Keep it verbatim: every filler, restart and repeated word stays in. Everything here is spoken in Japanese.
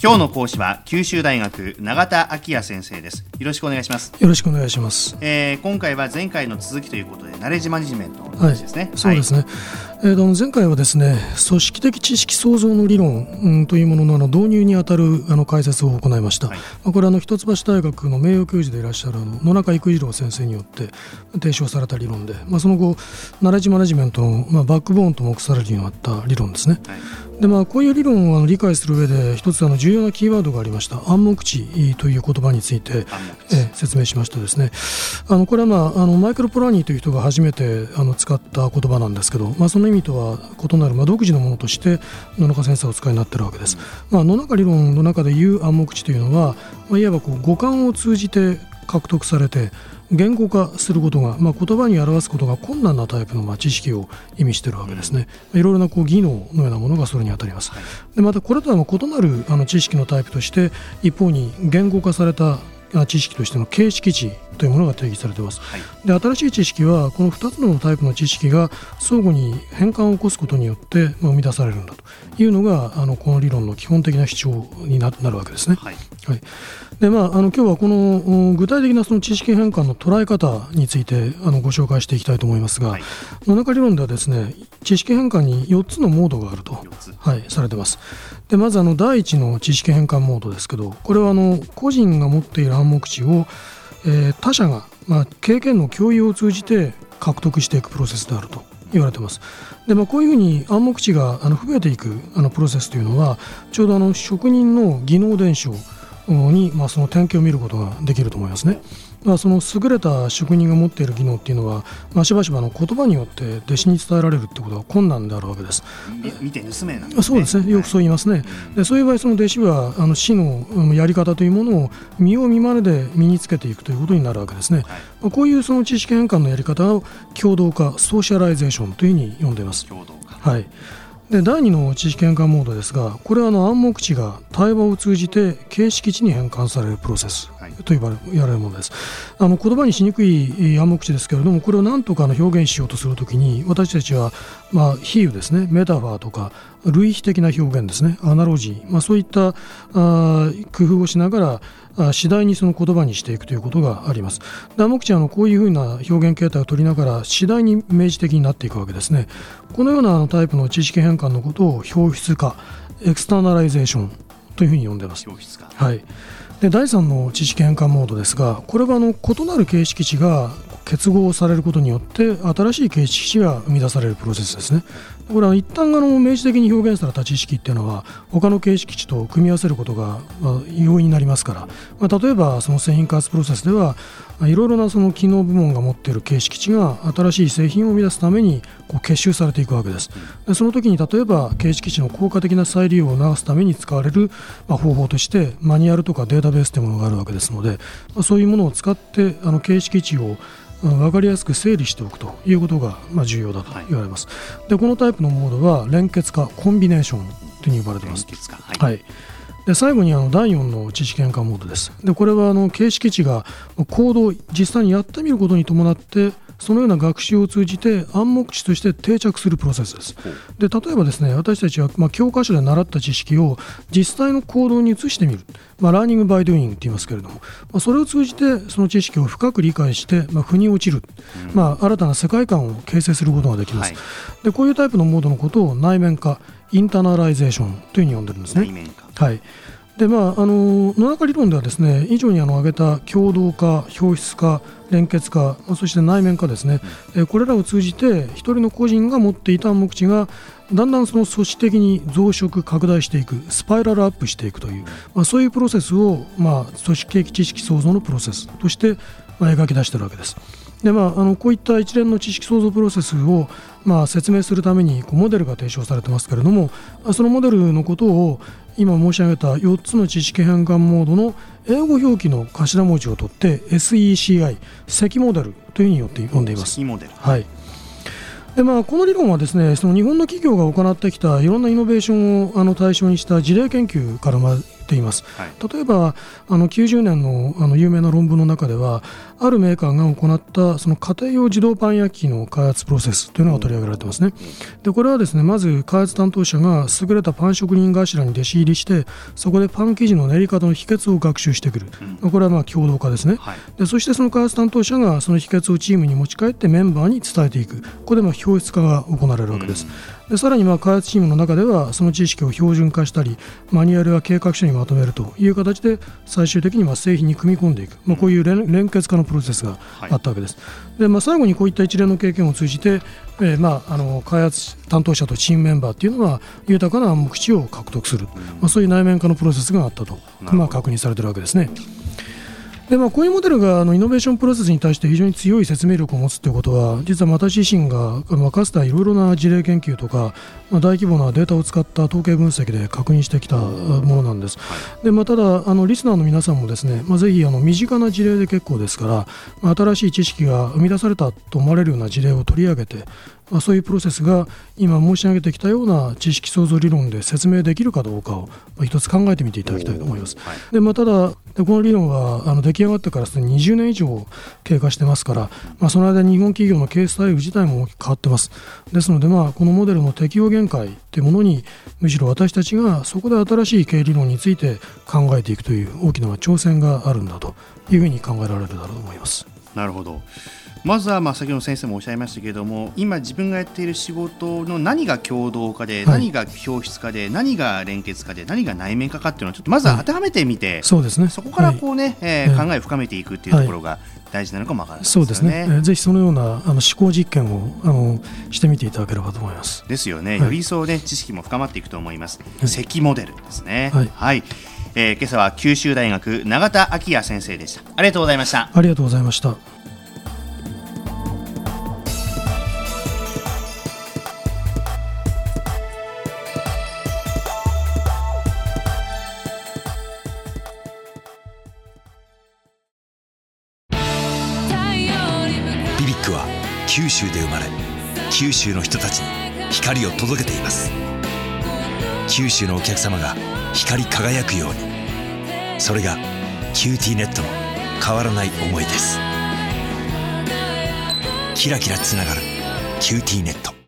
今日の講師は九州大学永田昭也先生です。よろしくお願いします。 よろしくお願いします。 えー、今回は前回の続きということでナレッジマネジメントの話ですね。 はい、そうですね、はい。えー、と前回はですね、組織的知識創造の理論、うん、というもののあの導入にあたるあの解説を行いました。はい、まあ、これはあの一橋大学の名誉教授でいらっしゃるあの野中育次郎先生によって提唱された理論で、まあ、その後ナレッジマネジメントの、まあ、バックボーンと目されるようになった理論ですね。はい、でまあ、こういう理論を理解する上で一つあの重要なキーワードがありました暗黙知という言葉について、え説明しましたですね。あのこれは、まあ、あのマイケル・ポラニーという人が初めてあの使った言葉なんですけど、まあ、その意味とは異なる、まあ、独自のものとして野中先生はお使いになっているわけです。うん、まあ、野中理論の中でいう暗黙知というのは、まあ、いわばこう五感を通じて獲得されて言語化することが、まあ、言葉に表すことが困難なタイプのまあ知識を意味しているわけですね。うん、いろいろなこう技能のようなものがそれに当たります。はい、でまたこれとはまあ異なるあの知識のタイプとして一方に言語化された知識としての形式値というものが定義されています。はい、で新しい知識はこのふたつのタイプの知識が相互に変換を起こすことによってまあ生み出されるんだというのがあのこの理論の基本的な主張になるわけですね。はいはい、でまあ、あの今日はこの具体的なその知識変換の捉え方についてあのご紹介していきたいと思いますが、はい、野中理論ではですね、知識変換によっつのモードがあると、はい、されています。でまずあの第一の知識変換モードですけど、これはあの個人が持っている暗黙知を、えー、他者が、まあ、経験の共有を通じて獲得していくプロセスであると言われています。で、まあ、こういうふうに暗黙知があの増えていくあのプロセスというのはちょうどあの職人の技能伝承に、まあ、その典型を見ることができると思いますね。まあ、その優れた職人が持っている技能っていうのは、まあ、しばしばの言葉によって弟子に伝えられるってことは困難であるわけです。 見て盗めなんですね。 そうですね、よくそう言いますね。はい、でそういう場合その弟子はあの師のやり方というものを見よう見まねで身につけていくということになるわけですね。はい、まあ、こういうその知識変換のやり方を共同化ソーシャライゼーションというふうに呼んでいます。共同化、はい。でだいにの知識変換モードですが、これはあの暗黙知が対話を通じて形式知に変換されるプロセスと言われるものです。あの言葉にしにくい暗黙知ですけれども、これを何とかの表現しようとするときに私たちは、まあ、比喩ですね、メタファーとか類比的な表現ですね、アナロジー、まあ、そういったあ工夫をしながら次第にその言葉にしていくということがあります。暗黙知はこういうふうな表現形態を取りながら次第に明示的になっていくわけですね。このようなタイプの知識変換のことを表出化、エクスターナライゼーションというふうに呼んでいます。 表出化、 はい。でだいさんの知識変換モードですが、これはあの異なる形式値が結合されることによって新しい形式値が生み出されるプロセスですね。これは一旦あの明示的に表現された知識っていうのは他の形式値と組み合わせることが容易になりますから、まあ、例えばその製品開発プロセスではいろいろなその機能部門が持っている形式値が新しい製品を生み出すためにこう結集されていくわけです。でその時に例えば形式値の効果的な再利用を促すために使われるまあ方法としてマニュアルとかデータベースというものがあるわけですので、まあ、そういうものを使ってあの形式値を分かりやすく整理しておくということがまあ重要だと言われます。はい、でこのタイプのモードは連結化コンビネーションというふうに呼ばれています。 連結化、はいはい。で最後にあのだいよんの知識変換モードです。でこれはあの形式値が行動を実際にやってみることに伴ってそのような学習を通じて暗黙知として定着するプロセスです。で例えばですね、私たちはまあ教科書で習った知識を実際の行動に移してみる、まあ、ラーニングバイドゥイングと言いますけれども、まあ、それを通じてその知識を深く理解して、まあ、腑に落ちる、うんまあ、新たな世界観を形成することができます。はい、でこういうタイプのモードのことを内面化インターナライゼーションというふうに呼んでるんですね。 内面化、 はい。でまあ、あの野中理論ではですね、以上にあの挙げた共同化、表出化、連結化、そして内面化ですね、うん、これらを通じて一人の個人が持っていた暗黙知がだんだんその組織的に増殖拡大していく、スパイラルアップしていくという、まあ、そういうプロセスを、まあ、組織的知識創造のプロセスとして、まあ、描き出しているわけです。でまあ、あのこういった一連の知識創造プロセスを、まあ、説明するためにこうモデルが提唱されてますけれども、そのモデルのことを今申し上げたよっつの知識変換モードの英語表記の頭文字を取って エスイーシーアイ 積モデルというふうによって呼んでいます。 積モデル、 はい。でまあ、この理論はですね、その日本の企業が行ってきたいろんなイノベーションをあの対象にした事例研究からまあしています、 はい、 例えばあのきゅうじゅうねん の, あの有名な論文の中ではあるメーカーが行ったその家庭用自動パン焼き器の開発プロセスというのが取り上げられていますね。でこれはですね、まず開発担当者が優れたパン職人頭に弟子入りしてそこでパン生地の練り方の秘訣を学習してくる、うん、これはまあ共同化ですね、はい、でそしてその開発担当者がその秘訣をチームに持ち帰ってメンバーに伝えていく、ここでまあ表出化が行われるわけです、うん、でさらにまあ開発チームの中ではその知識を標準化したりマニュアルや計画書にまとめるという形で最終的にまあ製品に組み込んでいく、まあ、こういう 連, 連結化のプロセスがあったわけです、はい、でまあ、最後にこういった一連の経験を通じて、えーまあ、あの開発担当者とチームメンバーというのは豊かな目視を獲得する、うんまあ、そういう内面化のプロセスがあったと、まあ、確認されているわけですね。でまあ、こういうモデルがあのイノベーションプロセスに対して非常に強い説明力を持つということは、実は私自身があのかつてはいろいろな事例研究とか、まあ、大規模なデータを使った統計分析で確認してきたものなんです。でまあ、ただあのリスナーの皆さんもですね、まあ、ぜひあの身近な事例で結構ですから、まあ、新しい知識が生み出されたと思われるような事例を取り上げて、まあ、そういうプロセスが今申し上げてきたような知識創造理論で説明できるかどうかを一つ考えてみていただきたいと思います。はい、でまあ、ただこの理論はあの出来上がってからすでににじゅうねん以上経過してますから、まあ、その間に日本企業の経営スタイル自体も大きく変わってます。ですので、まあ、このモデルの適用限界というものにむしろ私たちがそこで新しい経営理論について考えていくという大きな挑戦があるんだというふうに考えられるだろうと思います。 なるほど。まずはまあ先ほど先生もおっしゃいましたけれども、今自分がやっている仕事の何が共同化で、はい、何が表出化で、何が連結化で、何が内面化かっていうのをちょっとまずは当てはめてみて、はい、 そうですね、 そこからこうね、はい、えー、考えを深めていくっていうところが大事なのかもわからないですよね。 そうですね、えー、ぜひそのようなあの思考実験をあのしてみていただければと思います。 ですよね、はい、より一層、ね、知識も深まっていくと思います。はい、積モデルですね。はい、はい、えー、今朝は九州大学永田昭也先生でした。ありがとうございました。 ありがとうございました。 ビビックは九州で生まれ、九州の人たちに光を届けています。九州のお客様が光り輝くように、それがキューティーネットの変わらない思いです。キラキラつながるキューティーネット。